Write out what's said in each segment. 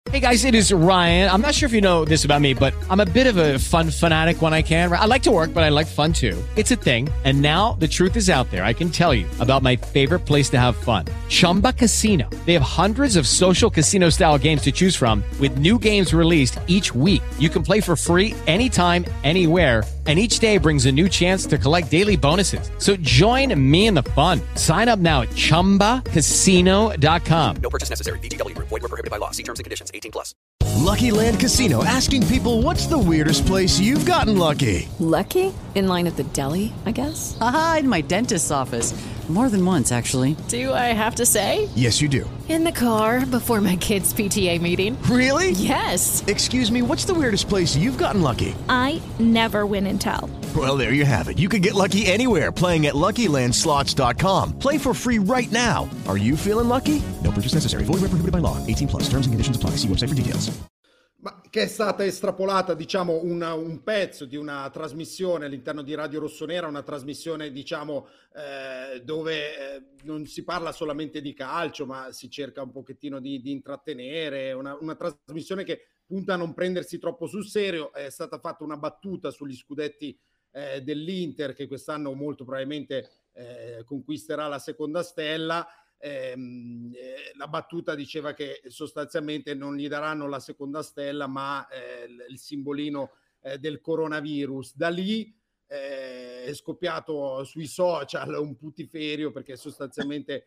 Hey guys, it is Ryan. I'm not sure if you know this about me, but I'm a bit of a fun fanatic when I can. I like to work, but I like fun too. It's a thing. And now the truth is out there. I can tell you about my favorite place to have fun. Chumba Casino. They have hundreds of social casino style games to choose from with new games released each week. You can play for free anytime, anywhere. And each day brings a new chance to collect daily bonuses. So join me in the fun. Sign up now at ChumbaCasino.com. No purchase necessary. VGW. Void where prohibited by law. See terms and conditions. 18+. Lucky Land Casino, asking people, what's the weirdest place you've gotten lucky? Lucky? In line at the deli, I guess? Aha, in my dentist's office. More than once, actually. Do I have to say? Yes, you do. In the car before my kids' PTA meeting. Really? Yes. Excuse me, what's the weirdest place you've gotten lucky? I never win and tell. Well, there you have it. You can get lucky anywhere, playing at LuckyLandSlots.com. Play for free right now. Are you feeling lucky? No purchase necessary. Void where prohibited by law. 18+. Terms and conditions apply. See website for details. Ma che è stata estrapolata, diciamo, un pezzo di una trasmissione all'interno di Radio Rossonera, una trasmissione, diciamo, dove non si parla solamente di calcio, ma si cerca un pochettino di intrattenere, una trasmissione che punta a non prendersi troppo sul serio. È stata fatta una battuta sugli scudetti dell'Inter, che quest'anno molto probabilmente conquisterà la seconda stella. La battuta diceva che sostanzialmente non gli daranno la seconda stella, ma il simbolino del coronavirus. Da lì è scoppiato sui social un putiferio, perché sostanzialmente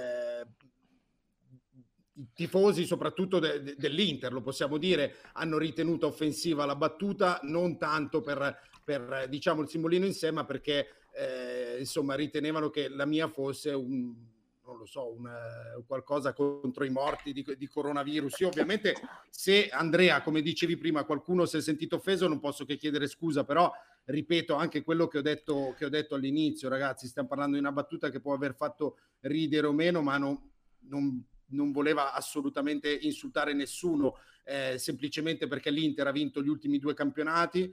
i tifosi, soprattutto dell'Inter, lo possiamo dire, hanno ritenuto offensiva la battuta, non tanto per diciamo il simbolino in sé, ma perché insomma ritenevano che la mia fosse non lo so, qualcosa contro i morti di coronavirus. Io ovviamente, se Andrea, come dicevi prima, qualcuno si è sentito offeso, non posso che chiedere scusa, però ripeto anche quello che ho detto all'inizio, ragazzi, stiamo parlando di una battuta che può aver fatto ridere o meno, ma non voleva assolutamente insultare nessuno, semplicemente perché l'Inter ha vinto gli ultimi 2 campionati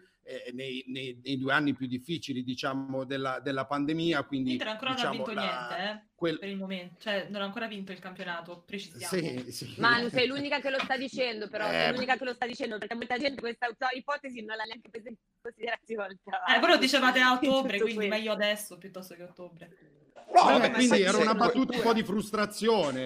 nei 2 anni più difficili, diciamo, della pandemia. Quindi l'Inter ancora diciamo, non ha vinto niente per il momento, cioè non ha ancora vinto il campionato, precisiamo. Sì. Manu, sei l'unica che lo sta dicendo, però sei l'unica che lo sta dicendo, perché molta gente questa ipotesi non l'ha neanche presa in considerazione. Voi lo dicevate a ottobre, quindi meglio adesso piuttosto che ottobre. No, vabbè, quindi era una battuta un po' di frustrazione,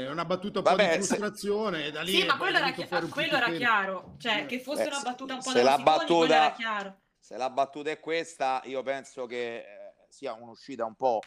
frustrazione, da lì sì, ma quello era chiaro, cioè che fosse una battuta un po' da quello era chiaro. Se la battuta è questa, io penso che sia un'uscita un po'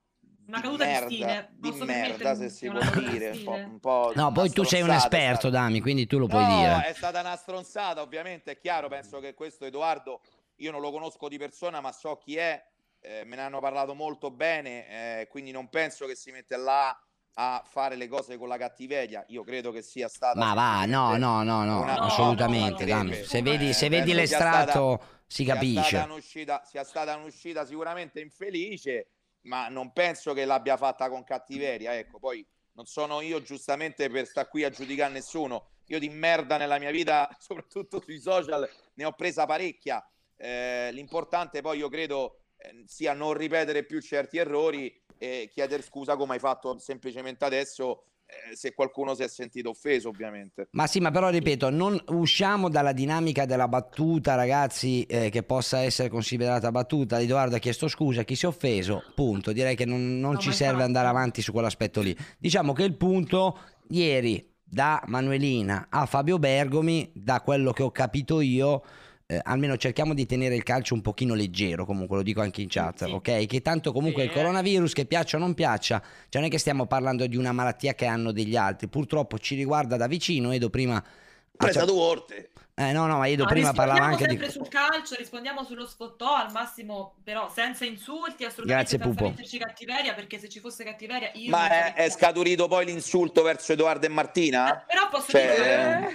una caduta di merda, se si può dire, un po'. No, poi tu sei un esperto, Dami, quindi tu lo puoi dire. È stata una stronzata, ovviamente, è chiaro. Penso che questo Edoardo, io non lo conosco di persona, ma so chi è, me ne hanno parlato molto bene, quindi non penso che si mette là a fare le cose con la cattiveria. Io credo che sia stata... Ma va, no, assolutamente, Dami. Se vedi l'estratto si capisce. Sia stata un'uscita sicuramente infelice, ma non penso che l'abbia fatta con cattiveria. Ecco, poi non sono io giustamente per sta qui a giudicare nessuno. Io di merda nella mia vita, soprattutto sui social, ne ho presa parecchia. L'importante poi io credo sia non ripetere più certi errori e chiedere scusa, come hai fatto semplicemente adesso, se qualcuno si è sentito offeso, ovviamente. Ma sì, ma però ripeto, non usciamo dalla dinamica della battuta, ragazzi, che possa essere considerata battuta. Edoardo ha chiesto scusa, chi si è offeso, punto. Direi che non ci serve andare avanti su quell'aspetto lì. Diciamo che il punto ieri, da Manuelina a Fabio Bergomi, da quello che ho capito io, almeno cerchiamo di tenere il calcio un pochino leggero, comunque lo dico anche in chat, sì. Ok? Che tanto comunque il coronavirus, che piaccia o non piaccia, cioè non è che stiamo parlando di una malattia che hanno degli altri, purtroppo ci riguarda da vicino. Edo prima presa due volte. Ma Edo prima parlava anche sempre sul calcio, rispondiamo sullo sfottò al massimo, però senza insulti, assolutamente. Grazie, senza metterci cattiveria, perché se ci fosse cattiveria io... Ma è scaturito poi l'insulto verso Edoardo e Martina? Però posso dire...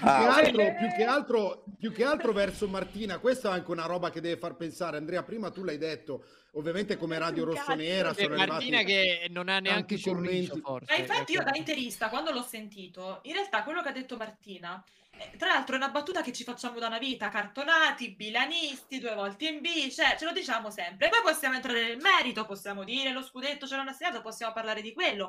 più che altro verso Martina, questa è anche una roba che deve far pensare. Andrea, prima tu l'hai detto, ovviamente come Radio Rossonera sono Martina che non ha neanche commenti. Forse. Ma infatti io da interista, quando l'ho sentito, in realtà quello che ha detto Martina, tra l'altro è una battuta che ci facciamo da una vita, cartonati, bilanisti, 2 volte in B, cioè ce lo diciamo sempre. E poi possiamo entrare nel merito, possiamo dire lo scudetto ce l'hanno assegnato, possiamo parlare di quello.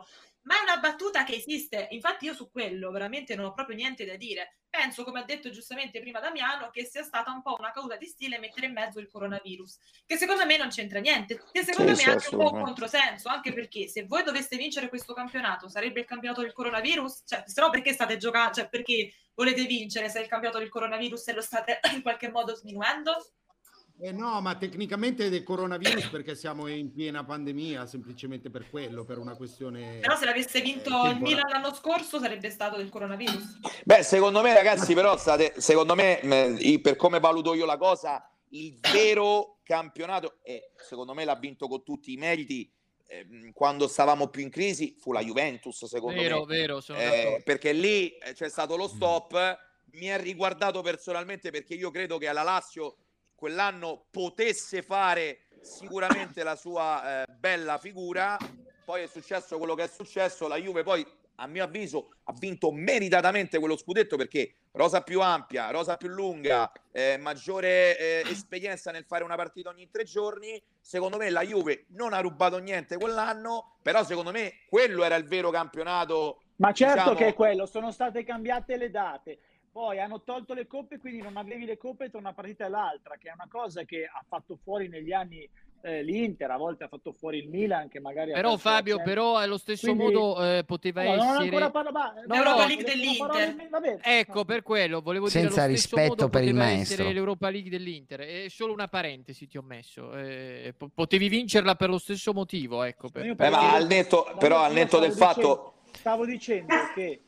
Ma è una battuta che esiste, infatti io su quello veramente non ho proprio niente da dire. Penso, come ha detto giustamente prima Damiano, che sia stata un po' una caduta di stile mettere in mezzo il coronavirus, che secondo me non c'entra niente, che secondo me è anche un po' un controsenso, anche perché se voi doveste vincere questo campionato, sarebbe il campionato del coronavirus? Cioè, se no perché state giocando, cioè perché volete vincere se è il campionato del coronavirus e lo state in qualche modo sminuendo? No, ma tecnicamente del coronavirus perché siamo in piena pandemia, semplicemente per quello, per una questione... Però se l'avesse vinto il Milan l'anno scorso sarebbe stato del coronavirus. Beh, secondo me, ragazzi, però secondo me, per come valuto io la cosa, il vero campionato, e secondo me l'ha vinto con tutti i meriti, quando stavamo più in crisi, fu la Juventus, secondo me. Vero, sono d'accordo. Perché lì c'è stato lo stop, mi è riguardato personalmente perché io credo che alla Lazio quell'anno potesse fare sicuramente la sua bella figura, poi è successo quello che è successo, la Juve poi a mio avviso ha vinto meritatamente quello scudetto perché rosa più ampia, rosa più lunga, maggiore esperienza nel fare una partita ogni 3 giorni. Secondo me la Juve non ha rubato niente quell'anno, però secondo me quello era il vero campionato. Ma certo, diciamo... che è quello, sono state cambiate le date. Poi hanno tolto le coppe, quindi non avevi le coppe tra una partita e l'altra, che è una cosa che ha fatto fuori negli anni l'Inter, a volte ha fatto fuori il Milan, che magari però Fabio, però allo stesso modo poteva essere... Non ancora l'Europa League dell'Inter. Ecco, per quello volevo dire senza allo stesso rispetto modo per il poteva maestro. essere l'Europa League dell'Inter. È solo una parentesi ti ho messo. Potevi vincerla per lo stesso motivo, ecco. Ma al netto del fatto... Stavo dicendo che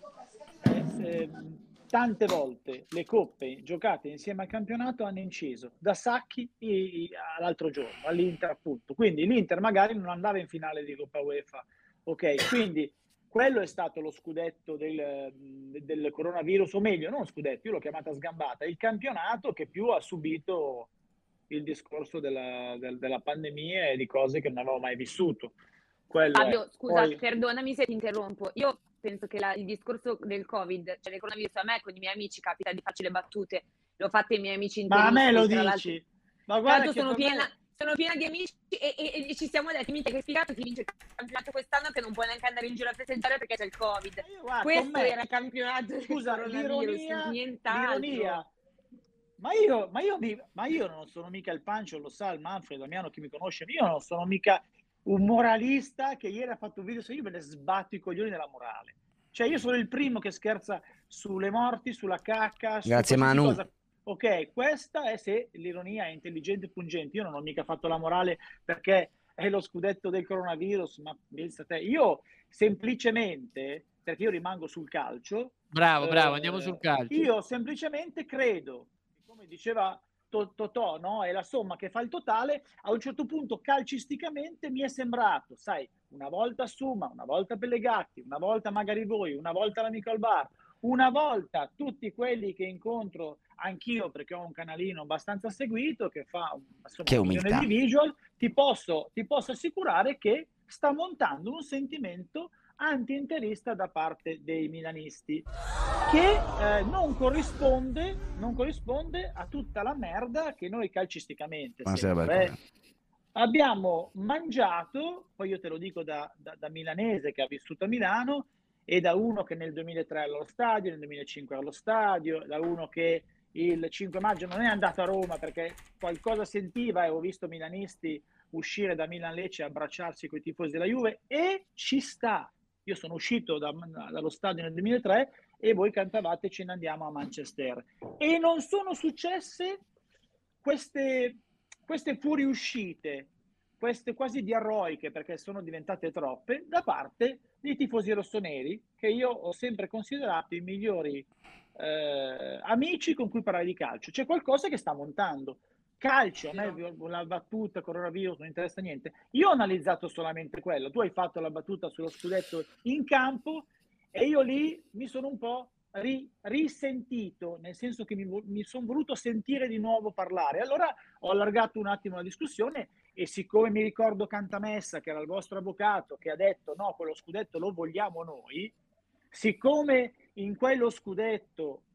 tante volte le coppe giocate insieme al campionato hanno inciso da Sacchi all'altro giorno, all'Inter appunto. Quindi l'Inter magari non andava in finale di Coppa UEFA. Ok, quindi quello è stato lo scudetto del coronavirus, o meglio, non scudetto, io l'ho chiamata sgambata, il campionato che più ha subito il discorso della pandemia e di cose che non avevo mai vissuto. Fabio, scusa, perdonami se ti interrompo. Io penso che il discorso del Covid, cioè del coronavirus, a me con i miei amici capita di farci le battute, l'ho fatte ai miei amici interisti. Ma a me lo dici? Ma guarda che sono piena di amici e ci siamo detti, minchia che spiegato ti vince il campionato quest'anno che non puoi neanche andare in giro a festeggiare perché c'è il Covid. Questo era il campionato. Scusa, l'ironia, nient'altro. Ma io non sono mica il Pancio, lo sa il Manfred, Damiano, chi mi conosce, io non sono mica un moralista che ieri ha fatto un video, se io me ne sbatto i coglioni della morale. Cioè io sono il primo che scherza sulle morti, sulla cacca. Grazie Manu. Ok, questa è se l'ironia è intelligente e pungente. Io non ho mica fatto la morale perché è lo scudetto del coronavirus, ma pensa te. Io semplicemente, perché io rimango sul calcio. Bravo, andiamo sul calcio. Io semplicemente credo, come diceva Totò, no? È la somma che fa il totale. A un certo punto calcisticamente mi è sembrato, sai, una volta Suma, una volta Pellegatti, una volta magari voi, una volta l'amico al bar, una volta tutti quelli che incontro anch'io, perché ho un canalino abbastanza seguito che fa insomma, un milione di visual, ti posso assicurare che sta montando un sentimento anti-interista da parte dei milanisti che non corrisponde a tutta la merda che noi calcisticamente abbiamo mangiato. Poi io te lo dico da milanese che ha vissuto a Milano e da uno che nel 2003 allo stadio, nel 2005 allo stadio, da uno che il 5 maggio non è andato a Roma perché qualcosa sentiva e ho visto milanisti uscire da Milan-Lecce e abbracciarsi con i tifosi della Juve e ci sta. Io sono uscito dallo stadio nel 2003 e voi cantavate ce ne andiamo a Manchester. E non sono successe queste fuoriuscite, queste quasi diarroiche, perché sono diventate troppe, da parte dei tifosi rossoneri, che io ho sempre considerato i migliori amici con cui parlare di calcio. C'è qualcosa che sta montando. Calcio, a me la battuta coronavirus non interessa niente. Io ho analizzato solamente quello. Tu hai fatto la battuta sullo scudetto in campo e io lì mi sono un po' risentito, nel senso che mi sono voluto sentire di nuovo parlare. Allora ho allargato un attimo la discussione e siccome mi ricordo Cantamessa, che era il vostro avvocato, che ha detto no, quello scudetto lo vogliamo noi, siccome in quello scudetto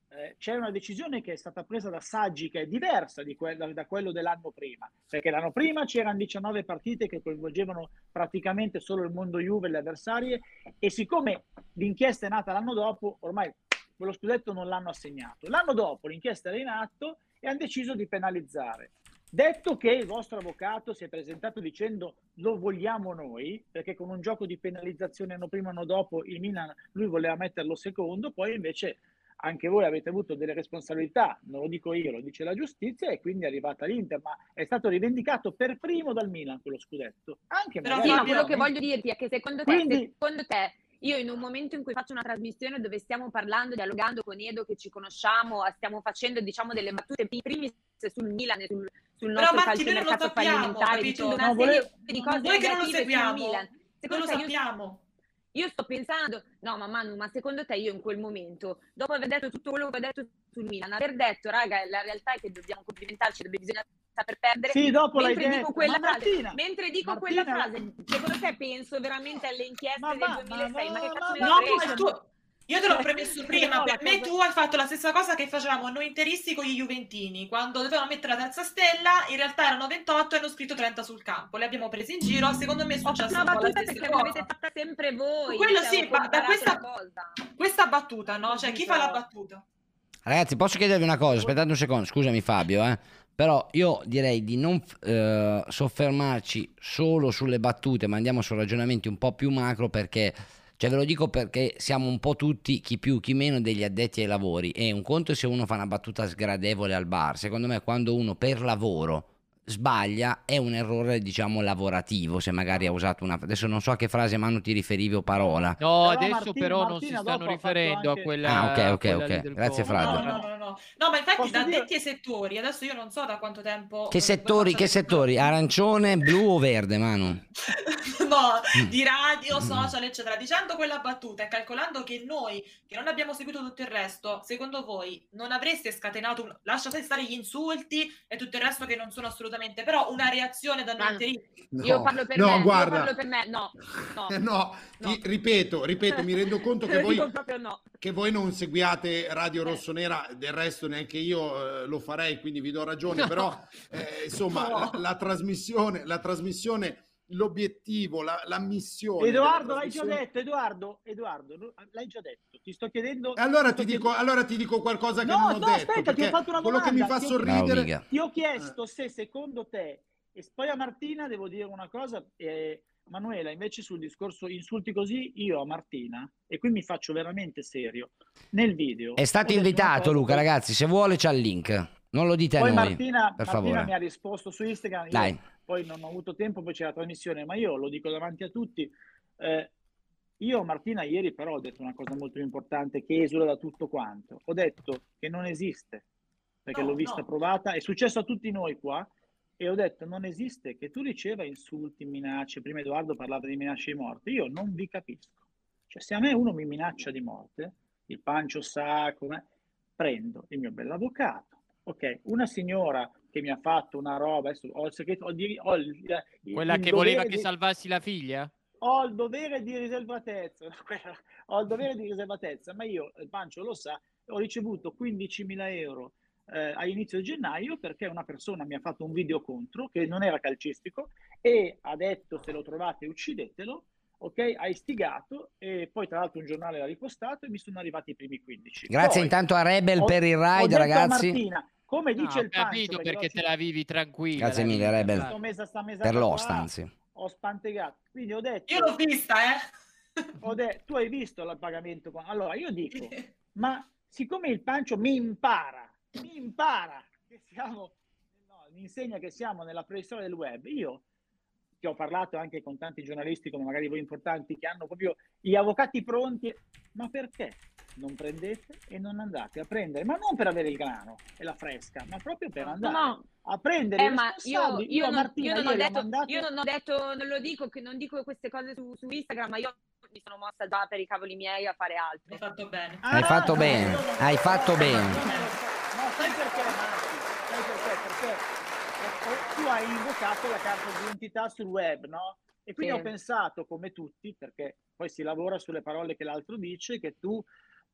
c'è una decisione che è stata presa da Saggi che è diversa da quello dell'anno prima, perché l'anno prima c'erano 19 partite che coinvolgevano praticamente solo il mondo Juve e le avversarie, e siccome l'inchiesta è nata l'anno dopo, ormai quello scudetto non l'hanno assegnato. L'anno dopo l'inchiesta era in atto e hanno deciso di penalizzare. Detto che il vostro avvocato si è presentato dicendo lo vogliamo noi, perché con un gioco di penalizzazione anno prima o anno dopo il Milan, lui voleva metterlo secondo, poi invece anche voi avete avuto delle responsabilità, non lo dico io, lo dice la giustizia, e quindi è arrivata l'Inter, ma è stato rivendicato per primo dal Milan quello scudetto. Anche Però sì, ma quello che voglio dirti è che secondo te, io in un momento in cui faccio una trasmissione dove stiamo parlando, dialogando con Edo che ci conosciamo, stiamo facendo diciamo delle battute in primis sul Milan e sul nostro calciomercato fallimentare, dicendo una serie di cose noi che non lo negative seguiamo, sul Milan. non lo sappiamo. Io sto pensando, no ma Manu, ma secondo te io in quel momento, dopo aver detto tutto quello che ho detto sul Milan, aver detto raga, la realtà è che dobbiamo complimentarci, bisogna saper perdere, sì, dopo mentre l'hai dico detto, quella ma frase, Martina, mentre dico quella frase, secondo te penso veramente alle inchieste del 2006, ma che cazzo No, ma io te l'ho premesso prima, per me tu hai fatto la stessa cosa che facevamo noi interisti con gli juventini, quando dovevano mettere la terza stella, in realtà erano 28 e hanno scritto 30 sul campo, li abbiamo presi in giro, secondo me è successo una un po' la battuta stessa perché cosa. l'avete fatta sempre voi, Quello sì, ma da questa battuta, no? Cioè chi fa la battuta? Ragazzi, posso chiedervi una cosa? Aspettate un secondo, scusami Fabio, però io direi di non soffermarci solo sulle battute, ma andiamo su ragionamenti un po' più macro, perché, cioè ve lo dico perché siamo un po' tutti, chi più chi meno, degli addetti ai lavori, e un conto è se uno fa una battuta sgradevole al bar. Secondo me quando uno per lavoro sbaglia è un errore, diciamo, lavorativo, se magari ha usato una... Adesso non so a che frase, Manu, ti riferivi o parola. No, adesso però non si stanno riferendo a quella... ok. Grazie Flavio. No, ma infatti da addetti ai settori, adesso io non so da quanto tempo... Che settori? Arancione, blu o verde, Manu? No, di radio, social, eccetera. Dicendo quella battuta e calcolando che noi, che non abbiamo seguito tutto il resto, secondo voi non avreste scatenato, lasciate stare gli insulti e tutto il resto che non sono assolutamente, però una reazione da noi interisti? Io parlo per no, me, guarda. io parlo per me, no. Ripeto, mi rendo conto che voi, no. che voi non seguiate Radio Rossonera, del resto neanche io lo farei, quindi vi do ragione, però insomma la trasmissione, l'obiettivo, la missione. Edoardo, l'hai già detto, Edoardo, l'hai già detto. Ti sto chiedendo. Allora ti dico qualcosa che non ho detto. Aspetta, ti ho fatto una domanda. Quello che mi fa sorridere. Ti ho chiesto se secondo te, e poi a Martina devo dire una cosa, Manuela, invece sul discorso insulti così, io a Martina, e qui mi faccio veramente serio, nel video. È stato invitato Luca, ragazzi, se vuole c'ha il link. Non lo dite a noi, Martina per favore. mi ha risposto su Instagram, Dai. Poi non ho avuto tempo, poi c'è la trasmissione, ma io lo dico davanti a tutti. Io Martina ieri però ho detto una cosa molto importante che esula da tutto quanto. Ho detto che non esiste, perché l'ho vista provata, è successo a tutti noi qua, e ho detto non esiste che tu riceva insulti, minacce. Prima Edoardo parlava di minacce di morte, io non vi capisco. Cioè se a me uno mi minaccia di morte, il Pancio sa come, prendo il mio bell'avvocato. Ok, una signora che mi ha fatto una roba, adesso ho il segreto, quella che voleva che salvassi la figlia? Ho il dovere di riservatezza, ma io, il Pancio lo sa, ho ricevuto 15.000 euro all'inizio di gennaio perché una persona mi ha fatto un video contro che non era calcistico e ha detto se lo trovate uccidetelo, ok? Ha istigato e poi tra l'altro un giornale l'ha ripostato e mi sono arrivati i primi 15. Grazie poi, intanto a Rebel per il ride, ragazzi. Martina, come dice il Pancio, capito perché te la vivi tranquilla. Grazie mille Rebel. Per l'host, anzi. Ho spantegato, quindi ho detto... Io l'ho vista, tu hai visto il pagamento? Allora io dico, ma siccome il Pancio mi impara che siamo, mi insegna che siamo nella preistoria del web, io che ho parlato anche con tanti giornalisti come magari voi importanti che hanno proprio gli avvocati pronti, ma perché non prendete e non andate a prendere, ma non per avere il grano e la fresca, ma proprio per andare a prendere i responsabili. Io non ho detto, non lo dico, che non dico queste cose su Instagram, ma io mi sono mossa già per i cavoli miei a fare altro. Hai fatto bene. Hai fatto bene, hai fatto bene. No, sai perché, Perché tu hai invocato la carta d'identità sul web, no? E quindi ho pensato, come tutti, perché poi si lavora sulle parole che l'altro dice, che tu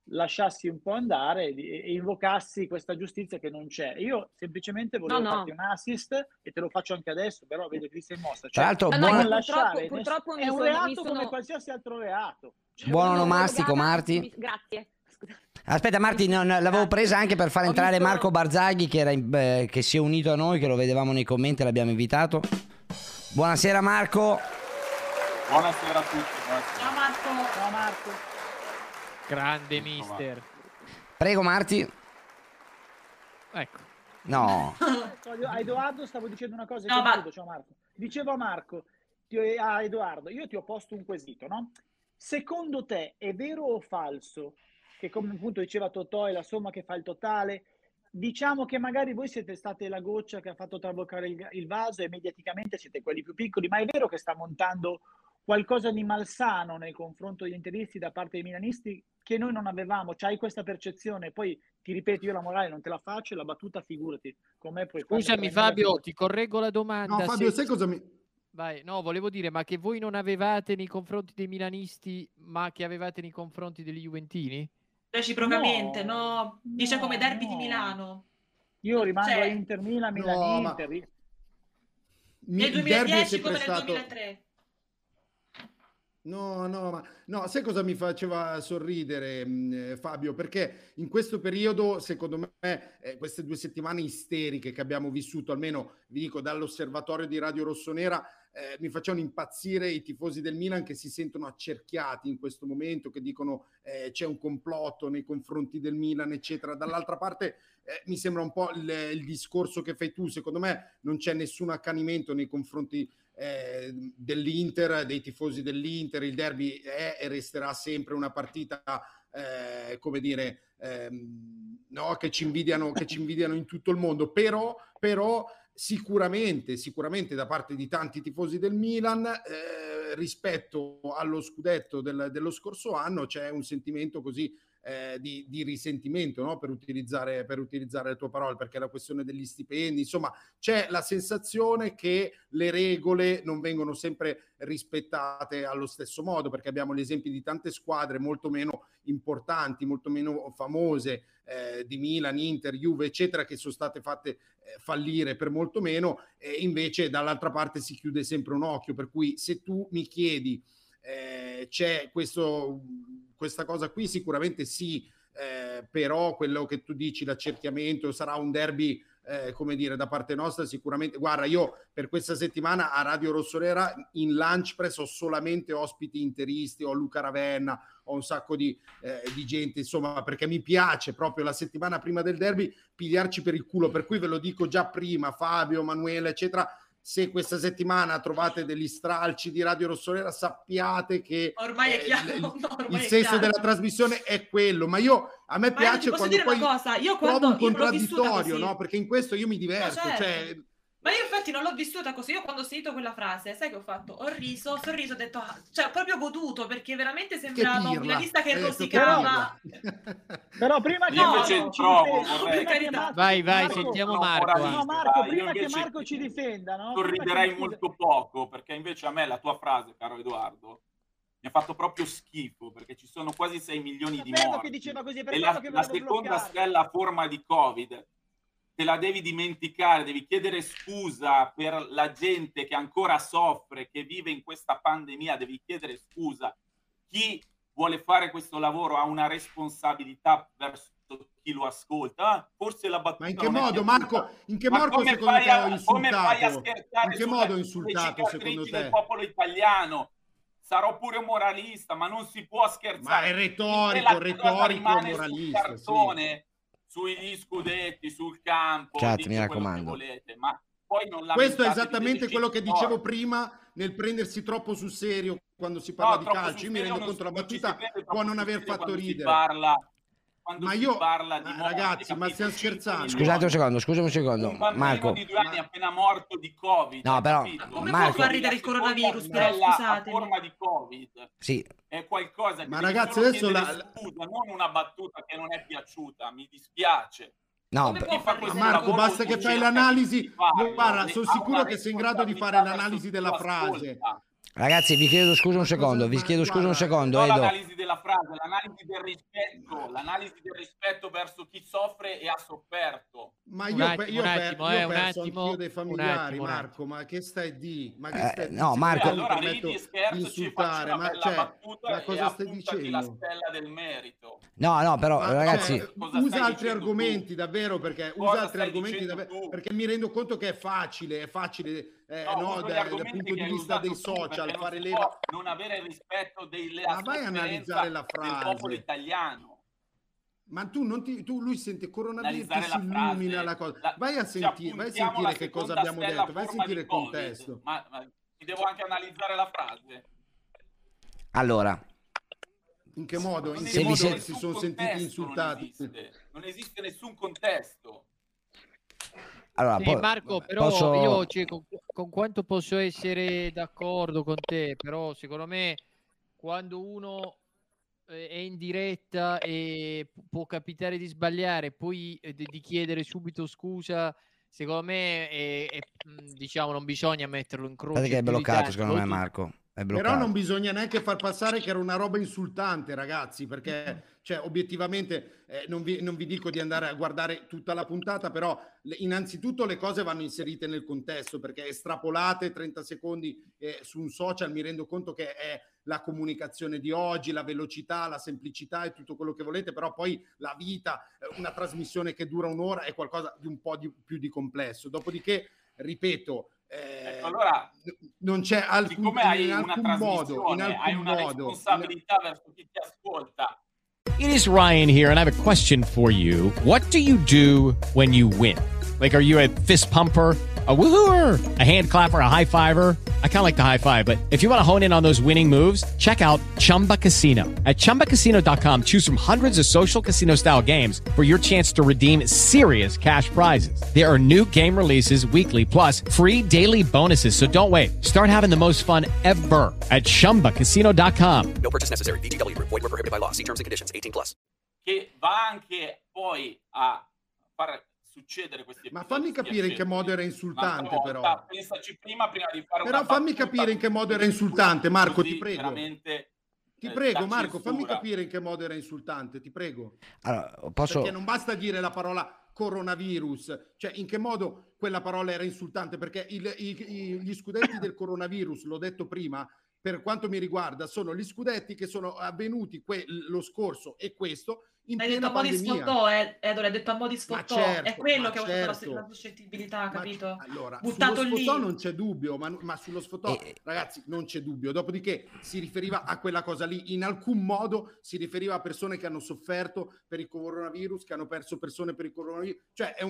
lasciassi un po' andare e invocassi questa giustizia che non c'è. Io semplicemente volevo farti un assist e te lo faccio anche adesso, però vedo che ti sei mossa. Tra l'altro, non lasciare, purtroppo è un reato come qualsiasi altro reato. Buon onomastico, Marti. Grazie. Aspetta, Marti, l'avevo presa anche per far entrare Marco Barzaghi, che si è unito a noi, che lo vedevamo nei commenti, l'abbiamo invitato. Buonasera, Marco. Buonasera a tutti. Ciao Marco. Ciao Marco. Grande mister. Prego, Marti. Ecco. No. A Edoardo stavo dicendo una cosa. No, Ciao Marco. Dicevo a Marco, a Edoardo, io ti ho posto un quesito, no? Secondo te è vero o falso che, come appunto diceva Totò, è la somma che fa il totale? Diciamo che magari voi siete state la goccia che ha fatto traboccare il vaso e mediaticamente siete quelli più piccoli, ma è vero che sta montando qualcosa di malsano nei confronti degli interisti da parte dei milanisti che noi non avevamo? C'hai questa percezione? Poi ti ripeto, io la morale non te la faccio e la battuta figurati con me puoi fare. Scusami Fabio, ti correggo la domanda. No, Fabio, sai cosa mi... Vai, no, volevo dire, ma che voi non avevate nei confronti dei milanisti, ma che avevate nei confronti degli juventini? Reciprocamente, no? Dice come derby di Milano. Io rimango a Inter Milan, Milan Inter. Nel 2010 come nel 2003. No, sai cosa mi faceva sorridere, Fabio? Perché in questo periodo, secondo me, queste 2 settimane isteriche che abbiamo vissuto, almeno vi dico dall'osservatorio di Radio Rossonera, mi facevano impazzire i tifosi del Milan che si sentono accerchiati in questo momento, che dicono c'è un complotto nei confronti del Milan, eccetera. Dall'altra parte mi sembra un po' il discorso che fai tu. Secondo me non c'è nessun accanimento nei confronti dell'Inter, dei tifosi dell'Inter. Il derby è e resterà sempre una partita come dire no, che ci invidiano in tutto il mondo, però sicuramente da parte di tanti tifosi del Milan rispetto allo scudetto dello scorso anno c'è un sentimento così di risentimento, no? per utilizzare le tue parole, perché la questione degli stipendi, insomma c'è la sensazione che le regole non vengono sempre rispettate allo stesso modo, perché abbiamo gli esempi di tante squadre molto meno importanti, molto meno famose di Milan, Inter, Juve eccetera, che sono state fatte fallire per molto meno, e invece dall'altra parte si chiude sempre un occhio, per cui se tu mi chiedi c'è questa cosa qui, sicuramente sì, però quello che tu dici, l'accerchiamento, sarà un derby come dire da parte nostra sicuramente. Guarda, io per questa settimana a Radio Rossonera in Lunch Press ho solamente ospiti interisti, ho Luca Ravenna, ho un sacco di gente, insomma, perché mi piace proprio la settimana prima del derby pigliarci per il culo, per cui ve lo dico già prima, Fabio, Manuela eccetera, se questa settimana trovate degli stralci di Radio Rossonera sappiate che ormai è chiaro, il senso della trasmissione è quello, ma a me piace quando poi trovo un contraddittorio, no? Perché in questo io mi diverto, no, certo. Cioè... Ma io infatti non l'ho vissuta così. Io quando ho sentito quella frase, sai che ho fatto? Ho sorriso, ho detto, cioè proprio goduto, perché veramente sembrava un milanista che rosicava. Però prima che vai, sentiamo Marco. No, Marco, prima che Marco ci difenda, no? Sorriderei molto poco, perché invece a me la tua frase, caro Edoardo, mi ha fatto proprio schifo, perché ci sono quasi 6 milioni di morti. Che diceva così, e la seconda stella a forma di Covid te la devi dimenticare, devi chiedere scusa per la gente che ancora soffre, che vive in questa pandemia, devi chiedere scusa. Chi vuole fare questo lavoro ha una responsabilità verso chi lo ascolta. Forse la battuta. Ma in che modo, Marco? In che modo secondo te ho insultato? Come fai a scherzare? In che modo ho insultato secondo te? Del popolo italiano. Sarò pure moralista, ma non si può scherzare. Ma è retorico, moralista. Cartone, sugli scudetti, sul campo, chat, mi raccomando. Volete, ma poi non questo è esattamente quello che dicevo prima nel prendersi troppo sul serio quando si parla di calcio. Io mi rendo conto la battuta può non aver fatto ridere. Ma io parla di ragazzi, ma stiamo scherzando. Scusate un secondo, Marco. Di 2 anni appena morto di Covid. No, però come Marco, può far ridere il coronavirus? Però scusate. Forma di Covid. Sì. È qualcosa che ma ragazzi adesso scusa, non una battuta che non è piaciuta, mi dispiace. No, Marco, basta che fai l'analisi. Guarda, sono sicuro che sei in grado di fare l'analisi della frase. Ragazzi, vi chiedo scusa un secondo, No, Edo. l'analisi della frase, l'analisi del rispetto verso chi soffre e ha sofferto. Ma io ho perso anch'io dei familiari, Marco, ma che stai di? Ma che stai no, Marco, allora ridi e scherzi, faccio una ma bella battuta ma cosa e stai appuntati la dicendo? stella del merito. No, però ragazzi, usa altri argomenti davvero, perché perché mi rendo conto che è facile dal punto di vista dei social fare leva. Non avere rispetto delle Ma vai a analizzare la del frase. popolo italiano. Ma lui sente coronavirus, Analizzare si la illumina la cosa. Vai a sentire che cosa abbiamo detto, vai a sentire il contesto. Ma ti devo anche analizzare la frase. allora, In che modo? In Se che vi modo siete- si sono sentiti insultati? Non esiste nessun contesto. allora Sì, Marco, però posso- io con quanto posso essere d'accordo con te, però secondo me quando uno è in diretta e può capitare di sbagliare, poi di chiedere subito scusa, secondo me diciamo non bisogna metterlo in croce. Guardate che è più di bloccato tanto. secondo me Marco, è bloccato. Però non bisogna neanche far passare che era una roba insultante, ragazzi, perché cioè, obiettivamente non vi dico di andare a guardare tutta la puntata, però innanzitutto le cose vanno inserite nel contesto, perché estrapolate 30 secondi su un social mi rendo conto che è la comunicazione di oggi, la velocità, la semplicità e tutto quello che volete, però poi la vita, una trasmissione che dura un'ora è qualcosa di un po' più di complesso. Dopodiché, ripeto, allora, non c'è siccome hai in una alcun modo, trasmissione, hai una responsabilità verso chi ti ascolta. It is Ryan here, and I have a question for you. What do when you win? Like, are you a fist pumper, a woohooer, a hand clapper, a high fiver? I kind of like the high five, but if you want to hone in on those winning moves, check out Chumba Casino. At ChumbaCasino.com, choose from hundreds of social casino-style games for your chance to redeem serious cash prizes. There are new game releases weekly, plus free daily bonuses. So don't wait. Start having the most fun ever at ChumbaCasino.com. No purchase necessary. VGW Group. Void were prohibited by law. See terms and conditions. 18+. Che va anche poi a far succedere questi Ma episodi fammi capire in che modo era insultante, Un'altra volta, però. pensaci prima di fare Però una fammi battuta capire in che modo era insultante, Marco, così ti prego. veramente, Ti prego, da Marco, fammi censura. capire in che modo era insultante, ti prego. Allora, posso... Perché non basta dire la parola coronavirus, cioè in che modo quella parola era insultante, perché gli scudetti del coronavirus, l'ho detto prima, per quanto mi riguarda, sono gli scudetti che sono avvenuti lo scorso e questo in Hai piena detto a mo' di pandemia. sfottò, Edore, hai detto a mo' di sfottò. certo, è quello ma che ha avuto certo. la suscettibilità, capito? Allora, Buttato sullo lì. sfottò non c'è dubbio, ma sullo sfottò, ragazzi, non c'è dubbio. Dopodiché si riferiva a quella cosa lì, in alcun modo si riferiva a persone che hanno sofferto per il coronavirus, che hanno perso persone per il coronavirus. Cioè è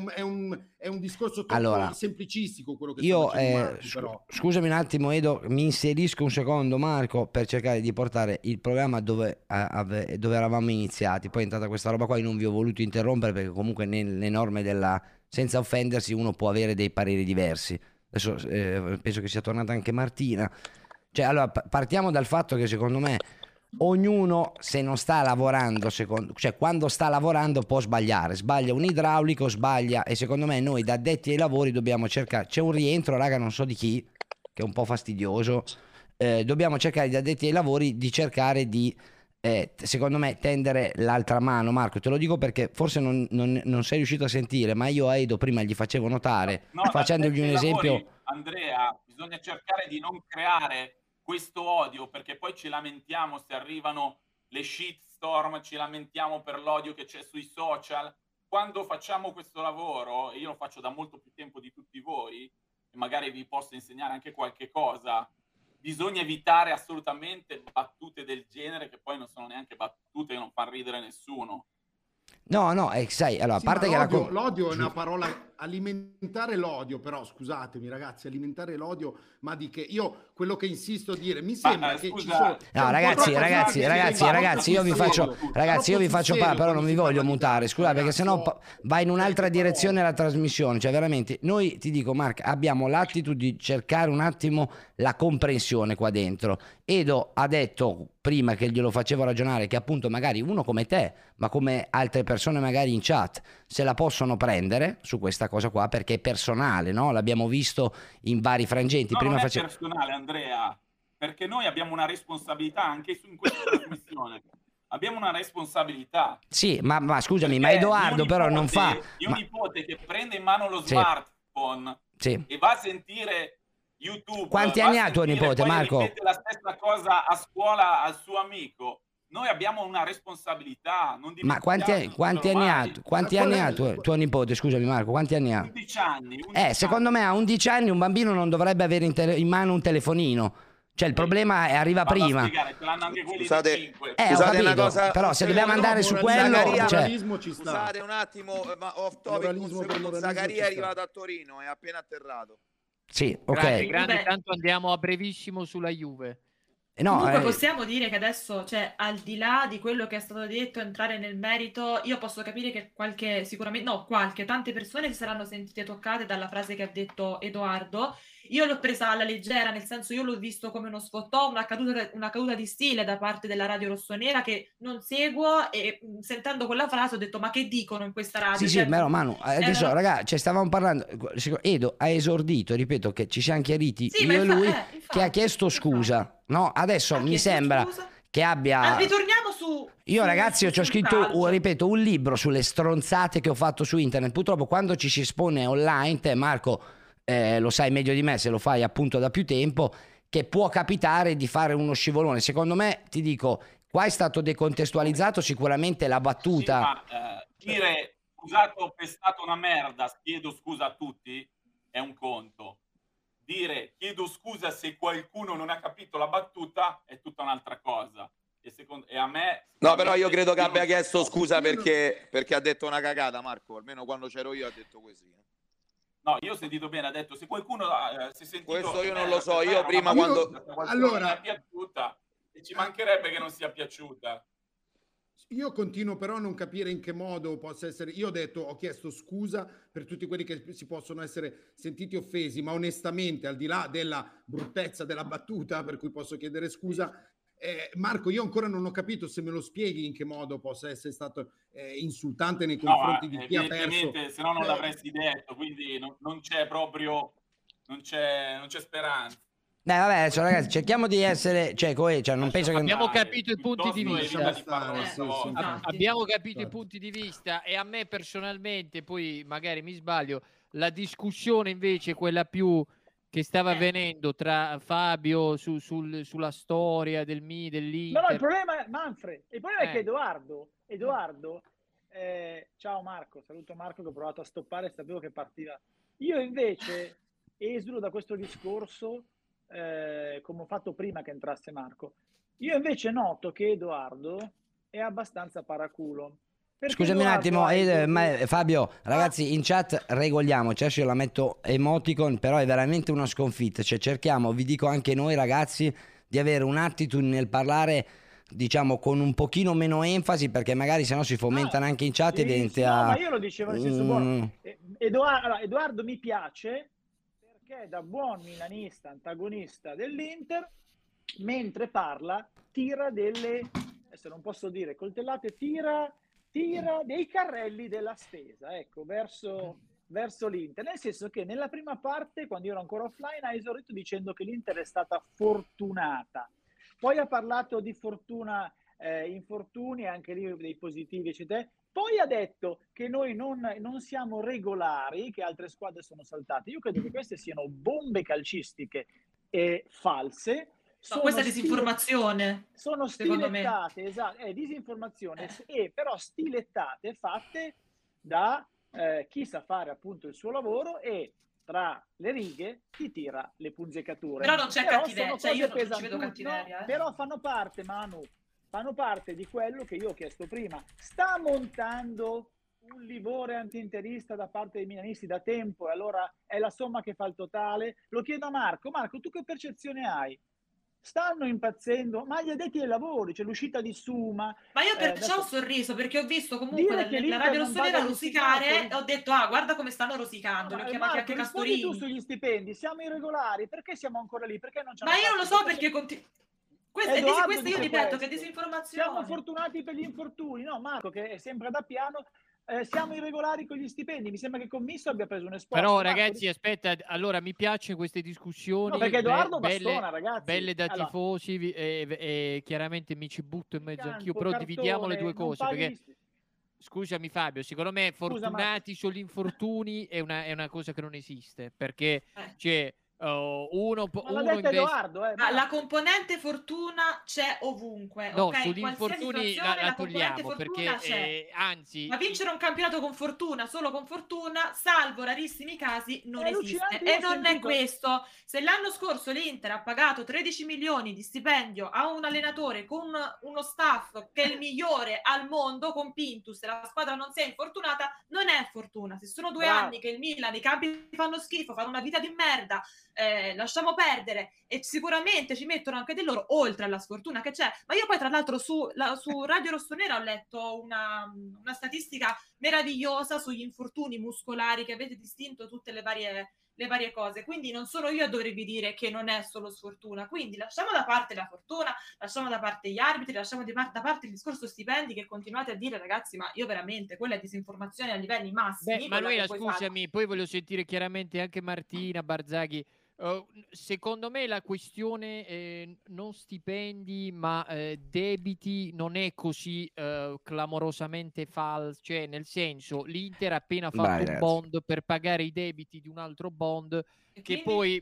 un discorso troppo semplicistico quello che sto facendo, Marco, però. Scusami un attimo Edo, mi inserisco un secondo Marco per cercare di portare il programma dove eravamo iniziati. Poi è entrata questa roba qua, io non vi ho voluto interrompere perché comunque nelle norme della senza offendersi uno può avere dei pareri diversi. Adesso penso che sia tornata anche Martina. Cioè allora partiamo dal fatto che secondo me ognuno, se non sta lavorando, cioè quando sta lavorando può sbagliare, sbaglia un idraulico, sbaglia, e secondo me noi da addetti ai lavori dobbiamo cercare, c'è un rientro raga non so di chi che è un po' fastidioso, dobbiamo cercare da addetti ai lavori di cercare di secondo me tendere l'altra mano. Marco, te lo dico perché forse non sei riuscito a sentire, ma io a Edo prima gli facevo notare, facendogli un esempio. Lavori, Andrea, bisogna cercare di non creare questo odio, perché poi ci lamentiamo se arrivano le shitstorm, ci lamentiamo per l'odio che c'è sui social. Quando facciamo questo lavoro, e io lo faccio da molto più tempo di tutti voi, e magari vi posso insegnare anche qualche cosa, bisogna evitare assolutamente battute del genere, che poi non sono neanche battute e non fanno ridere nessuno. No, sai, allora, a parte che l'odio è una parola, alimentare l'odio, però scusatemi ragazzi, alimentare l'odio, ma di che io quello che insisto a dire, mi sembra che ci sono... No, ragazzi, io vi faccio però non vi voglio mutare, scusate, perché sennò va in un'altra direzione la trasmissione, cioè veramente, noi ti dico Mark, abbiamo l'attitudine di cercare un attimo la comprensione qua dentro. Edo ha detto prima che glielo facevo ragionare che appunto magari uno come te, ma come altre persone magari in chat, se la possono prendere su questa cosa qua perché è personale, no? L'abbiamo visto in vari frangenti. No, Prima non è personale, Andrea. perché noi abbiamo una responsabilità anche in questa trasmissione. Abbiamo una responsabilità. Sì, ma scusami, ma Edoardo però non fa... Io nipote che prende in mano lo smartphone e va a sentire YouTube. Quanti anni ha tuo nipote, Marco? Ripete la stessa cosa a scuola al suo amico. Noi abbiamo una responsabilità. Non ma quanti anni ha tuo nipote? Scusami Marco, quanti anni ha? 11 anni. Secondo me a 11 anni un bambino non dovrebbe avere in mano un telefonino. Cioè il problema arriva prima. Scusate una cosa, però se dobbiamo andare su quello, scusate un attimo, ma off topic un secondo. Zaccaria è arrivato a Torino, è appena atterrato. Sì, ok. Grande, tanto andiamo a brevissimo sulla Juve. Comunque possiamo dire che adesso, cioè, al di là di quello che è stato detto, entrare nel merito, io posso capire che tante persone si saranno sentite toccate dalla frase che ha detto Edoardo. Io l'ho presa alla leggera, nel senso io l'ho visto come uno sfottò, una caduta di stile da parte della radio rossonera che non seguo, e sentendo quella frase ho detto ma che dicono in questa radio? Sì, però Manu, adesso ragazzi, stavamo parlando, Edo ha esordito, ripeto che ci siamo chiariti io e lui, che ha chiesto scusa, no? Adesso mi sembra che abbia... ritorniamo su... Io ragazzi ci ho scritto, ripeto, un libro sulle stronzate che ho fatto su internet. Purtroppo quando ci si espone online, te Marco... lo sai meglio di me se lo fai appunto da più tempo, che può capitare di fare uno scivolone. Secondo me, ti dico, qua è stato decontestualizzato sicuramente la battuta. Sì, ma dire scusate ho pestato una merda, chiedo scusa a tutti, è un conto. Dire chiedo scusa se qualcuno non ha capito la battuta è tutta un'altra cosa. E a me... No, però io credo che abbia chiesto scusa perché ha detto una cagata, Marco, almeno quando c'ero io ha detto così. No, io ho sentito bene, ha detto se qualcuno si è sentito... Questo io non lo so, io prima quando... Allora... non è piaciuta, e ci mancherebbe che non sia piaciuta. Io continuo però a non capire in che modo possa essere... Io ho chiesto scusa per tutti quelli che si possono essere sentiti offesi, ma onestamente, al di là della bruttezza della battuta, per cui posso chiedere scusa... Marco, io ancora non ho capito, se me lo spieghi in che modo possa essere stato insultante nei confronti di chi ha perso. Se no non l'avresti detto, quindi non c'è proprio, non c'è speranza. Vabbè, adesso ragazzi, cerchiamo di essere, non penso che... Abbiamo capito i punti di vista. Abbiamo capito i punti di vista, e a me personalmente, poi magari mi sbaglio, la discussione invece, quella più... che stava avvenendo tra Fabio sulla storia dell'Inter. No, il problema è Manfred, il problema è che Edoardo ciao Marco, saluto Marco che ho provato a stoppare, sapevo che partiva. Io invece esulo da questo discorso come ho fatto prima che entrasse Marco. Io invece noto che Edoardo è abbastanza paraculo. Scusami un attimo, Fabio, ragazzi, in chat regoliamoci, adesso io la metto emoticon, però è veramente una sconfitta, cioè cerchiamo, vi dico anche noi ragazzi, di avere un'attitudine nel parlare, diciamo, con un pochino meno enfasi, perché magari sennò si fomentano anche in chat e diventa... No, ma io lo dicevo nel senso buono. Edoardo mi piace perché da buon milanista, antagonista dell'Inter, mentre parla, tira delle, adesso non posso dire coltellate, tira dei carrelli della stesa, ecco, verso l'Inter, nel senso che nella prima parte, quando io ero ancora offline, ha esordito dicendo che l'Inter è stata fortunata, poi ha parlato di fortuna, infortuni, anche lì dei positivi, eccetera. Poi ha detto che noi non siamo regolari, che altre squadre sono saltate. Io credo che queste siano bombe calcistiche false. No, questa è disinformazione. Sono stilettate, esatto, è disinformazione, però stilettate, fatte da chi sa fare appunto il suo lavoro e tra le righe ti tira le punzeccature. Però non c'è cattiveria, cioè io non ci vedo cattiveria. Però fanno parte, Manu, fanno parte di quello che io ho chiesto prima. Sta montando un livore anti-interista da parte dei milanisti da tempo e allora è la somma che fa il totale? Lo chiedo a Marco. Marco, tu che percezione hai? Stanno impazzendo, ma gli addetti ai lavori, c'è l'uscita di Suma. Ma io perciò ho sorriso, perché ho visto comunque la radio rossonera rosicare e ho detto, guarda come stanno rosicando, li ho chiamati anche Castorini. Tu sugli stipendi, siamo irregolari, perché siamo ancora lì? Perché non ma io non lo so perché questa io ripeto che è disinformazione. Siamo fortunati per gli infortuni, no Marco che è sempre da piano, siamo irregolari con gli stipendi. Mi sembra che Commisso abbia preso un esposto. Però ragazzi, aspetta, allora mi piacciono queste discussioni, No, perché Edoardo belle, bastona, ragazzi. belle da Allora, tifosi, e chiaramente mi ci butto in mezzo anch'io, campo, però cartone, dividiamo le due non cose, paghi perché gli scusami Fabio, secondo me fortunati sugli infortuni è una cosa che non esiste, perché c'è uno Ma l'ha uno detto investe... Edoardo, La componente fortuna c'è ovunque, No, ok? sugli Qualsiasi infortuni situazione, la componente togliamo, fortuna perché c'è. anzi... Ma vincere un campionato con fortuna, solo con fortuna, salvo rarissimi casi, non È esiste. allucinante, io E ho non è sentito- questo. Se l'anno scorso l'Inter ha pagato 13 milioni di stipendio a un allenatore con uno staff che è il migliore al mondo, con Pintus, e la squadra non si è infortunata, non è fortuna. Se sono 2 Bravo. anni che il Milan, i campi fanno schifo, fanno una vita di merda, lasciamo perdere, e sicuramente ci mettono anche del loro, oltre alla sfortuna che c'è. Ma io poi tra l'altro su Radio Rossonera ho letto una statistica meravigliosa sugli infortuni muscolari che avete distinto tutte le varie cose, quindi non sono io a dovervi dire che non è solo sfortuna, quindi lasciamo da parte la fortuna, lasciamo da parte gli arbitri, lasciamo da parte il discorso stipendi, che continuate a dire, ragazzi, ma io veramente, quella è disinformazione a livelli massimi. Manuela, scusami, poi voglio sentire chiaramente anche Martina, Barzaghi. Secondo me la questione non stipendi ma debiti non è così clamorosamente falsa, cioè nel senso l'Inter ha appena fatto Bravi, un ragazzi. bond per pagare i debiti di un altro bond che poi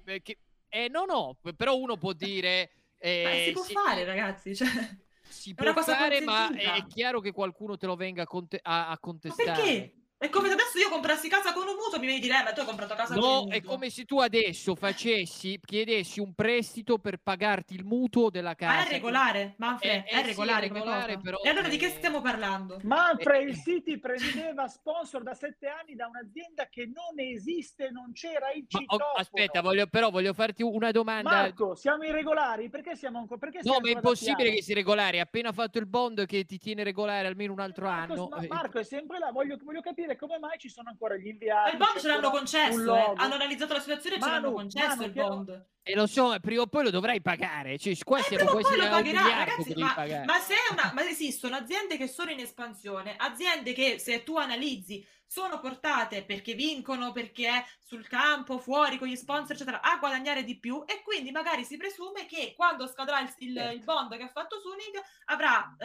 no, però uno può dire Ma si può fare, ragazzi, cioè, si è può una cosa fare, ma consentita. è chiaro che qualcuno te lo venga a Ma contestare. perché? È come se adesso io comprassi casa con un mutuo, mi vieni a dire, ma tu hai comprato casa con un No, mutuo. è come se tu adesso chiedessi un prestito per pagarti il mutuo della casa. Ma è regolare, Manfred, è sì, regolare, è regolare, come cosa. però, E allora di che stiamo parlando? Manfred, il City prendeva sponsor da 7 anni da un'azienda che non esiste, non c'era il citofono. Aspetta, voglio farti una domanda. Marco, siamo irregolari? Perché siamo ancora? Perché No, siamo ma è ancora da impossibile piano? che sia regolare. Hai appena fatto il bond che ti tiene regolare almeno un altro anno. Marco è sempre là, voglio capire come mai ci sono ancora gli Ma inviati. il bond c'è ce l'hanno ancora concesso, un logo. hanno analizzato la situazione e ce l'hanno concesso il bond. E lo so, prima o poi lo dovrai pagare. Cioè, qua siamo Prima o quasi poi lo a un pagherà, miliardo ragazzi, che devi pagare. ma esistono aziende che sono in espansione, aziende che, se tu analizzi, sono portate perché vincono, perché è sul campo, fuori con gli sponsor, eccetera, a guadagnare di più, e quindi magari si presume che quando scadrà il bond che ha fatto Suning avrà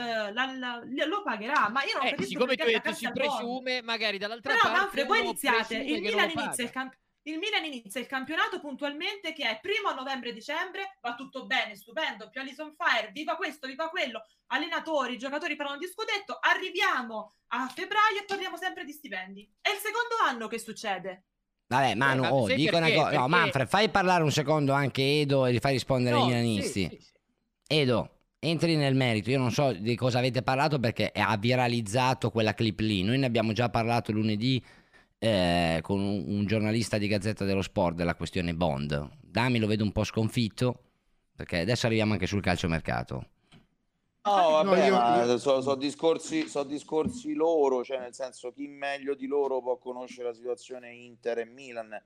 lo pagherà. Ma io non capisco Siccome tu perché hai detto si presume, magari dall'altra però parte Manfred, voi uno iniziate, presume il che non Milan lo inizia paga. il Milan inizia il campionato puntualmente, che è primo a novembre-dicembre, va tutto bene, stupendo, Pioli on fire, viva questo, viva quello, allenatori, giocatori parlano di scudetto, arriviamo a febbraio e parliamo sempre di stipendi. È il secondo anno che succede. Vabbè, Manu, sai dico perché? una cosa. No, Perché- Manfred, fai parlare un secondo anche Edo e li fai rispondere ai No, milanisti. sì. Edo, entri nel merito. Io non so di cosa avete parlato perché ha viralizzato quella clip lì. Noi ne abbiamo già parlato lunedì con un giornalista di Gazzetta dello Sport della questione Bond. Dami lo vedo un po' sconfitto perché adesso arriviamo anche sul calciomercato. No, vabbè, io- sono discorsi loro, cioè nel senso, chi meglio di loro può conoscere la situazione Inter e Milan.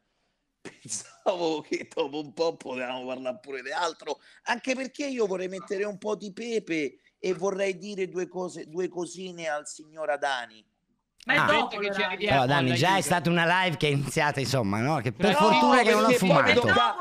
Pensavo che dopo un po' potevamo parlare pure di altro, anche perché io vorrei mettere un po' di pepe e vorrei dire due cosine al signor Adani. Ma è Ah. dopo Che ci l'orario. arriviamo Allora, Dani, alla già è Juve. stata una live che è iniziata, insomma, no? Che per No, fortuna che non ho perché poi fumato.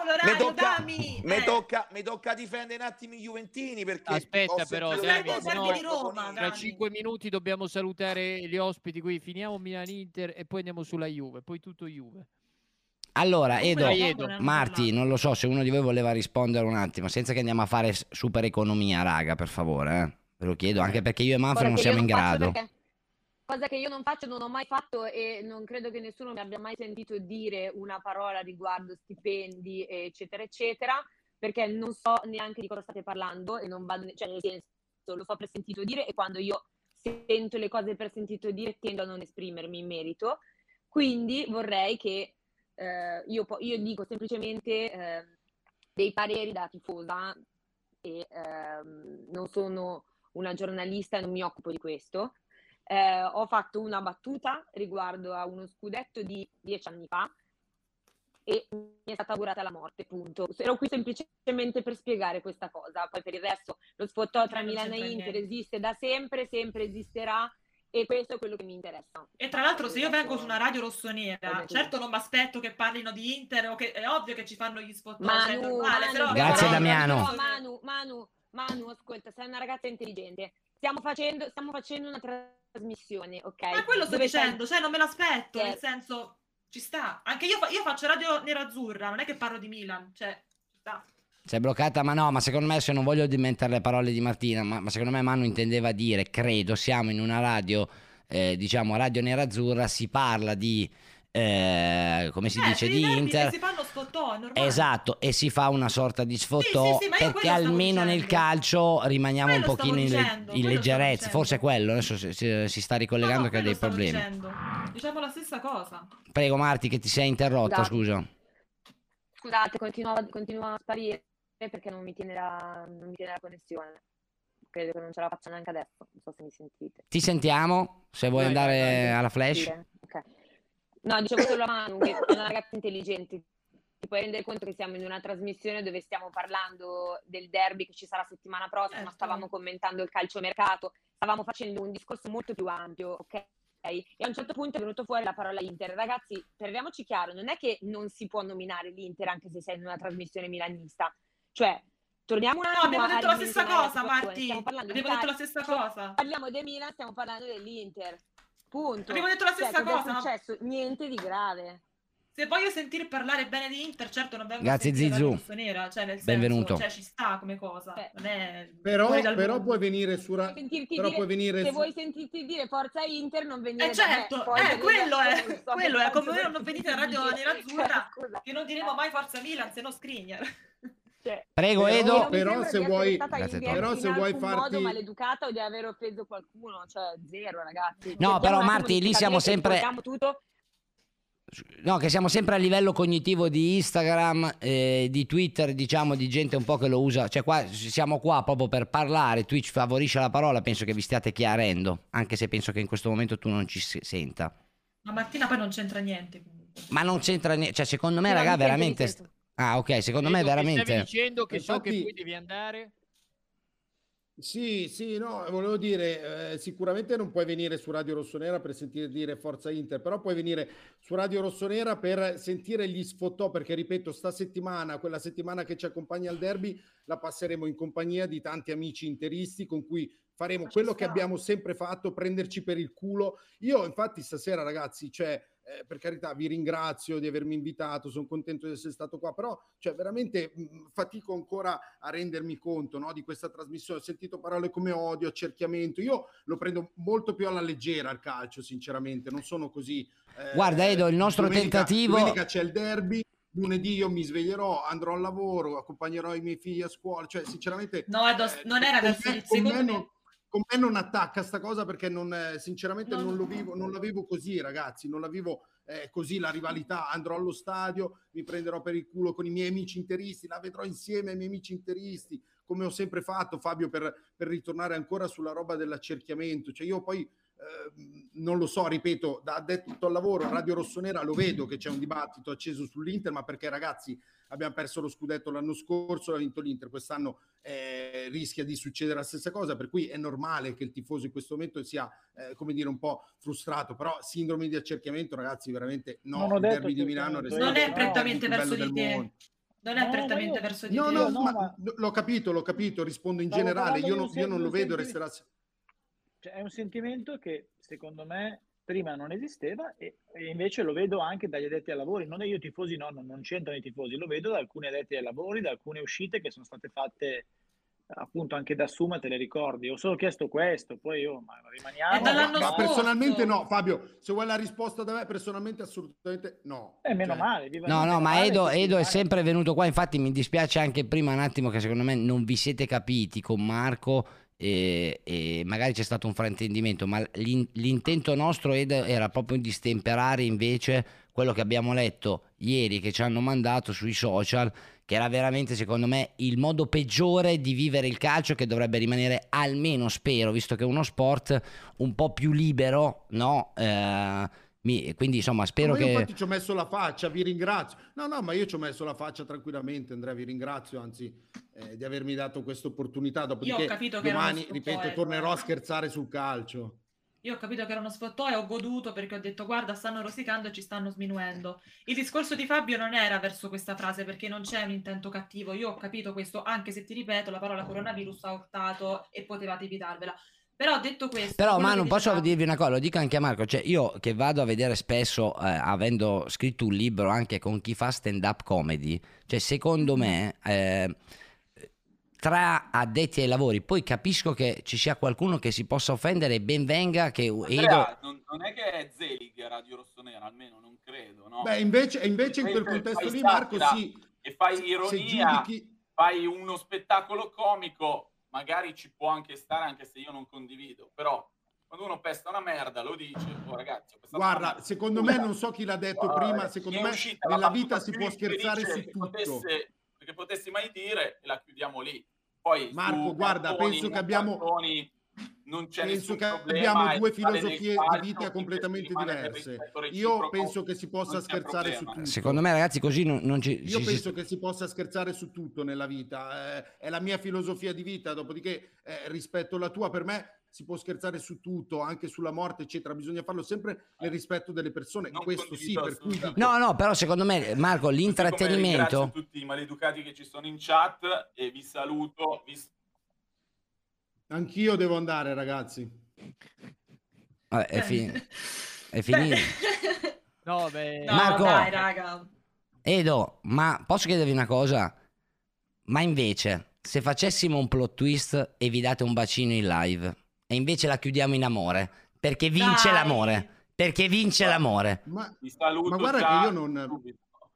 mi tocca difendere un attimo i Juventini, perché Aspetta ho però, sentito Dani, le cose no, che proponete. tra 5 minuti dobbiamo salutare gli ospiti qui, finiamo Milan-Inter e poi andiamo sulla Juve, poi tutto Juve. Allora, Edo, Edo. Marti, non lo so se uno di voi voleva rispondere un attimo, senza che andiamo a fare super economia, raga, per favore, Ve lo chiedo, anche perché io e Manfred non siamo in grado. Cosa che io non faccio, non ho mai fatto e non credo che nessuno mi abbia mai sentito dire una parola riguardo stipendi, eccetera, eccetera, perché non so neanche di cosa state parlando e non vado, cioè nel senso, lo so per sentito dire e quando io sento le cose per sentito dire tendo a non esprimermi in merito. Quindi vorrei che io dico semplicemente dei pareri da tifosa e non sono una giornalista e non mi occupo di questo. Ho fatto una battuta riguardo a uno scudetto di 10 anni fa e mi è stata augurata la morte, punto. Ero qui semplicemente per spiegare questa cosa, poi per il resto lo sfottò tra Milan e Inter esiste da sempre, sempre esisterà e questo è quello che mi interessa. E tra l'altro se io vengo su una radio rossonera, certo non mi aspetto che parlino di Inter, o che è ovvio che ci fanno gli spot, cioè è normale, però Grazie, Damiano. Manu, ascolta, sei una ragazza intelligente. Stiamo facendo una trasmissione, ok? Ma quello sto Dove dicendo, cioè non me l'aspetto, Sì. nel senso, ci sta. Anche io faccio radio nerazzurra, non è che parlo di Milan, cioè, ci sta. Sei bloccata, ma no, ma secondo me, se non voglio dimenticare le parole di Martina, ma secondo me Manu intendeva dire, credo, siamo in una radio, diciamo radio nerazzurra, si parla di, come si dice, di Inter. Si fanno sfottò, è normale. Esatto, e si fa una sorta di sfottò, sì, ma io perché quello stavo almeno nel dicendo. calcio rimaniamo un Quello pochino stavo in, dicendo, in quello leggerezza, stavo forse è quello, adesso si sta ricollegando che ha dei Stavo problemi. dicendo. Diciamo la stessa cosa. Prego Marti, che ti sei interrotta, Scusate. scusa. Scusate, continua a sparire perché non mi tiene la connessione. Credo che non ce la faccia neanche adesso. Non so se mi sentite. Ti sentiamo, se vuoi andare alla flash. Ok. No, dicevo solo a Manu che è una ragazza intelligente. Ti puoi rendere conto che siamo in una trasmissione dove stiamo parlando del derby che ci sarà settimana prossima, stavamo commentando il calciomercato, stavamo facendo un discorso molto più ampio, ok? E a un certo punto è venuto fuori la parola Inter. Ragazzi, parliamoci chiaro, non è che non si può nominare l'Inter anche se sei in una trasmissione milanista. Cioè, torniamo un attimo. abbiamo detto la stessa ridimensionare cosa, situazione. Marti. Stiamo parlando Abbiamo di detto la calcio, stessa cosa. Parliamo del Milan, stiamo parlando dell'Inter. Punto. Abbiamo detto la stessa cosa. cosa, È ma- successo? Niente di grave. Se voglio sentir parlare bene di Inter, certo non vengo Grazie, a sentire Zizou. la rossonera, cioè nel Benvenuto. senso, cioè ci sta come cosa, non è Però, fuori dal però mondo. puoi venire su Sentirti però dire- puoi venire se su- vuoi sentirti dire forza Inter, non venire certo, da me. Poi quello è, non so quello che è, come cazzo voi non venite a Radio dire. Nerazzurra, Scusa. che non diremo mai forza Milan, se no Skriniar. Prego, Però- Edo. però se vuoi- Grazie, in, Tom. Però se in vuoi alcun farti- modo maleducata o di aver offeso qualcuno, cioè zero, ragazzi. No, Cerchiamo però, un attimo Marti, di lì capire siamo che sempre- portiamo tutto. No, che siamo sempre a livello cognitivo di Instagram, di Twitter, diciamo, di gente un po' che lo usa. Cioè qua siamo qua proprio per parlare, Twitch favorisce la parola, penso che vi stiate chiarendo, anche se penso che in questo momento tu non ci senta. Ma Martina poi non c'entra niente. Ma non c'entra niente, cioè secondo me, Sì, raga, ma mi sento, veramente... mi sento. Ah, ok, secondo me Edo, che veramente... stavi dicendo che so che Infatti- poi devi andare. Sì, no, volevo dire, sicuramente non puoi venire su Radio Rossonera per sentire dire Forza Inter, però puoi venire su Radio Rossonera per sentire gli sfottò, perché ripeto, sta settimana, quella settimana che ci accompagna al derby, la passeremo in compagnia di tanti amici interisti con cui faremo quello che abbiamo sempre fatto, prenderci per il culo. Io infatti stasera, ragazzi, cioè, per carità, vi ringrazio di avermi invitato, sono contento di essere stato qua, però cioè, veramente fatico ancora a rendermi conto, no, di questa trasmissione. Ho sentito parole come odio, accerchiamento, io lo prendo molto più alla leggera il calcio, sinceramente, non sono così... Guarda, Edo, il nostro tentativo... Domenica c'è il derby, lunedì io mi sveglierò, andrò al lavoro, accompagnerò i miei figli a scuola, cioè sinceramente... No, Edo, non era verso il secondo me. Con me non attacca sta cosa perché non, sinceramente non lo vivo, non la vivo così, ragazzi, non la vivo così la rivalità. Andrò allo stadio, mi prenderò per il culo con i miei amici interisti, la vedrò insieme ai miei amici interisti, come ho sempre fatto, Fabio, per ritornare ancora sulla roba dell'accerchiamento. Cioè io poi non lo so, ripeto, da addetto al lavoro a Radio Rossonera lo vedo che c'è un dibattito acceso sull'Inter, ma perché, ragazzi, abbiamo perso lo scudetto l'anno scorso, l'ha vinto l'Inter, quest'anno rischia di succedere la stessa cosa, per cui è normale che il tifoso in questo momento sia, come dire, un po' frustrato, però sindrome di accerchiamento, ragazzi, veramente no, Non ho il detto derby di Milano accerchiamento, Non è no, prettamente il più verso bello di del te. mondo. Non è No, prettamente ma io- verso di No, te. no, no, ma l'ho capito, rispondo in Stavo generale, parlando di io non lo vedo, sentimento. resterà... Cioè, è un sentimento che secondo me prima non esisteva e invece lo vedo anche dagli addetti ai lavori. Non io tifosi, no, non c'entrano i tifosi, lo vedo da alcuni addetti ai lavori, da alcune uscite che sono state fatte appunto anche da Suma, te le ricordi. Ho solo chiesto questo, poi io ma rimaniamo. È dall'anno Ma scorso. personalmente no, Fabio, se vuoi la risposta da me, personalmente assolutamente no. Meno Cioè, male. No, ma Edo è sempre venuto qua, infatti mi dispiace anche prima un attimo che secondo me non vi siete capiti con Marco e magari c'è stato un fraintendimento, ma l'intento nostro, Edo, era proprio di stemperare invece quello che abbiamo letto ieri, che ci hanno mandato sui social, che era veramente, secondo me, il modo peggiore di vivere il calcio, che dovrebbe rimanere, almeno spero, visto che è uno sport un po' più libero, no? Quindi insomma spero ma io che... infatti ci ho messo la faccia, vi ringrazio. No, ma io ci ho messo la faccia tranquillamente, Andrea, vi ringrazio anzi di avermi dato questa opportunità. Dopodiché Io ho capito che era domani, uno ripeto, sfotò, tornerò a scherzare sul calcio. Io ho capito che era uno sfottò e ho goduto perché ho detto guarda, stanno rosicando e ci stanno sminuendo. Il discorso di Fabio non era verso questa frase perché non c'è un intento cattivo. Io ho capito questo, anche se ti ripeto, la parola coronavirus ha urtato e potevate evitarvela. Però detto questo... Però quello Manu, che posso diceva- dirvi una cosa, lo dico anche a Marco, cioè io che vado a vedere spesso, avendo scritto un libro anche con chi fa stand-up comedy, cioè secondo me... tra addetti ai lavori, poi capisco che ci sia qualcuno che si possa offendere, ben venga che Andrea, non è che è Zelig a Radio Rossonera, almeno non credo, no? Beh, invece in quel contesto fai lì, Marco, satira sì. e fai se ironia, giudichi- fai uno spettacolo comico, magari ci può anche stare, anche se io non condivido, però quando uno pesta una merda lo dice, oh ragazzi, ho pestato una Guarda, merda. secondo me, non so chi l'ha detto prima, secondo Mi è me uscita la nella battuta vita si più può scherzare infelice su tutto. che potessi mai dire e la chiudiamo lì. Poi Marco, su guarda, cartoni, penso che non abbiamo... cartoni, non c'è Penso nessun che problema, abbiamo e due fare del filosofie di calcio vita finché completamente si rimane nel diverse. rispetto Io reciproco, penso che si possa non c'è scherzare su problema. tutto. secondo me ragazzi così non ci... Io ci- penso che si possa scherzare su tutto nella vita, è la mia filosofia di vita, dopodiché rispetto alla tua, per me si può scherzare su tutto, anche sulla morte, eccetera, bisogna farlo sempre nel rispetto delle persone, questo sì, per cui dico... No, però secondo me Marco Come ringrazio l'intrattenimento... tutti i maleducati che ci sono in chat e vi saluto. Anch'io devo andare, ragazzi. Vabbè, è finito. No, beh... No, Marco. dai, raga. Edo, ma posso chiedervi una cosa? Ma invece, se facessimo un plot twist e vi date un bacino in live, e invece la chiudiamo in amore, perché vince Dai. l'amore, perché vince l'amore. Vi saluto Ma guarda già che io non... subito.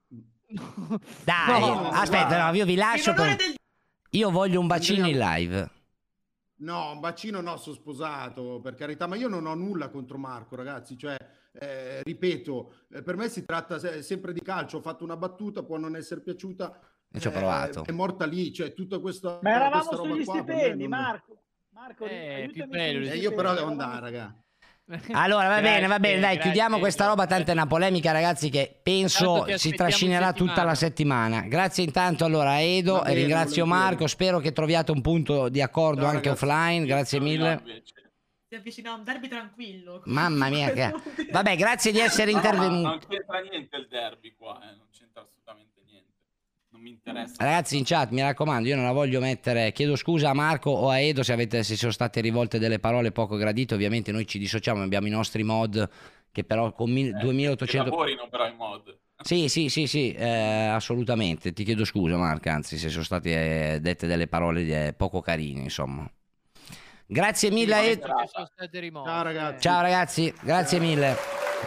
Dai, No, aspetta, guarda. no, io vi lascio. In onore del- Io voglio un bacino in live. No, un bacino no, sono sposato, per carità, ma io non ho nulla contro Marco, ragazzi, cioè, ripeto, per me si tratta sempre di calcio, ho fatto una battuta, può non essere piaciuta, E ci ho provato. è morta lì, cioè tutta questa Ma eravamo questa roba sugli qua, per me stipendi, non- Marco. Marco, più aiutami bello sugli gli io però stipendi, devo eravamo- andare, raga. Allora, va bene, dai, grazie. chiudiamo questa roba, tanto è una polemica, ragazzi, che penso Tanto ti si aspettiamo trascinerà in tutta la settimana. Grazie intanto allora a Edo, Va bene, ringrazio volentieri. Marco, spero che troviate un punto di accordo Ciao, anche ragazzi. offline, grazie mille. Si avvicina a un derby tranquillo. Mamma mia, vabbè, grazie di essere No, ma intervenuti. non c'entra niente il derby qua, non c'entra assolutamente niente. Non mi interessa. Ragazzi in chat, mi raccomando, io non la voglio mettere. Chiedo scusa a Marco o a Edo se sono state rivolte delle parole poco gradite. Ovviamente noi ci dissociamo, abbiamo i nostri mod che però con Che 2800... lavorino però in mod. Sì, assolutamente. Ti chiedo scusa Marco, anzi se sono state dette delle parole poco carine, insomma. Grazie mille a Edo. Che sono state rimosse. Ciao ragazzi. Ciao ragazzi, grazie mille.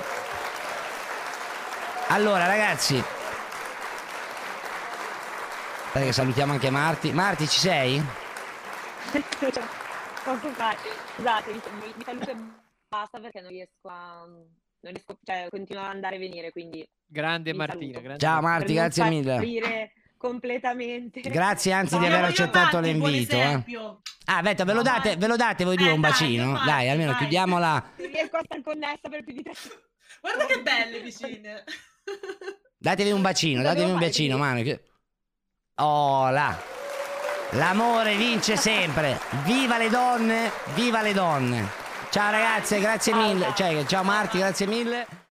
Allora ragazzi, aspetta che salutiamo anche Marti. Marti, ci sei? Posso fare? Scusate, mi saluto e basta perché non riesco, cioè continuo ad andare e venire, quindi Grande mi Martina, saluto. grande Ciao Martina. Marti, Per non grazie far mille. aprire completamente. Grazie anzi di No, aver io accettato Matti, buon l'invito. esempio. Ah, Vetta, ve lo date voi due un dai, bacino? Matti, Dai, almeno vai. chiudiamola. Non riesco a stare connessa per più di 3 Guarda che belle vicine. Datevi un bacino, Cosa datevi devo un fare, bacino, quindi? mano. Oh, là. L'amore vince sempre. Viva le donne, viva le donne. Ciao ragazze, grazie mille. Ciao Marti, grazie mille.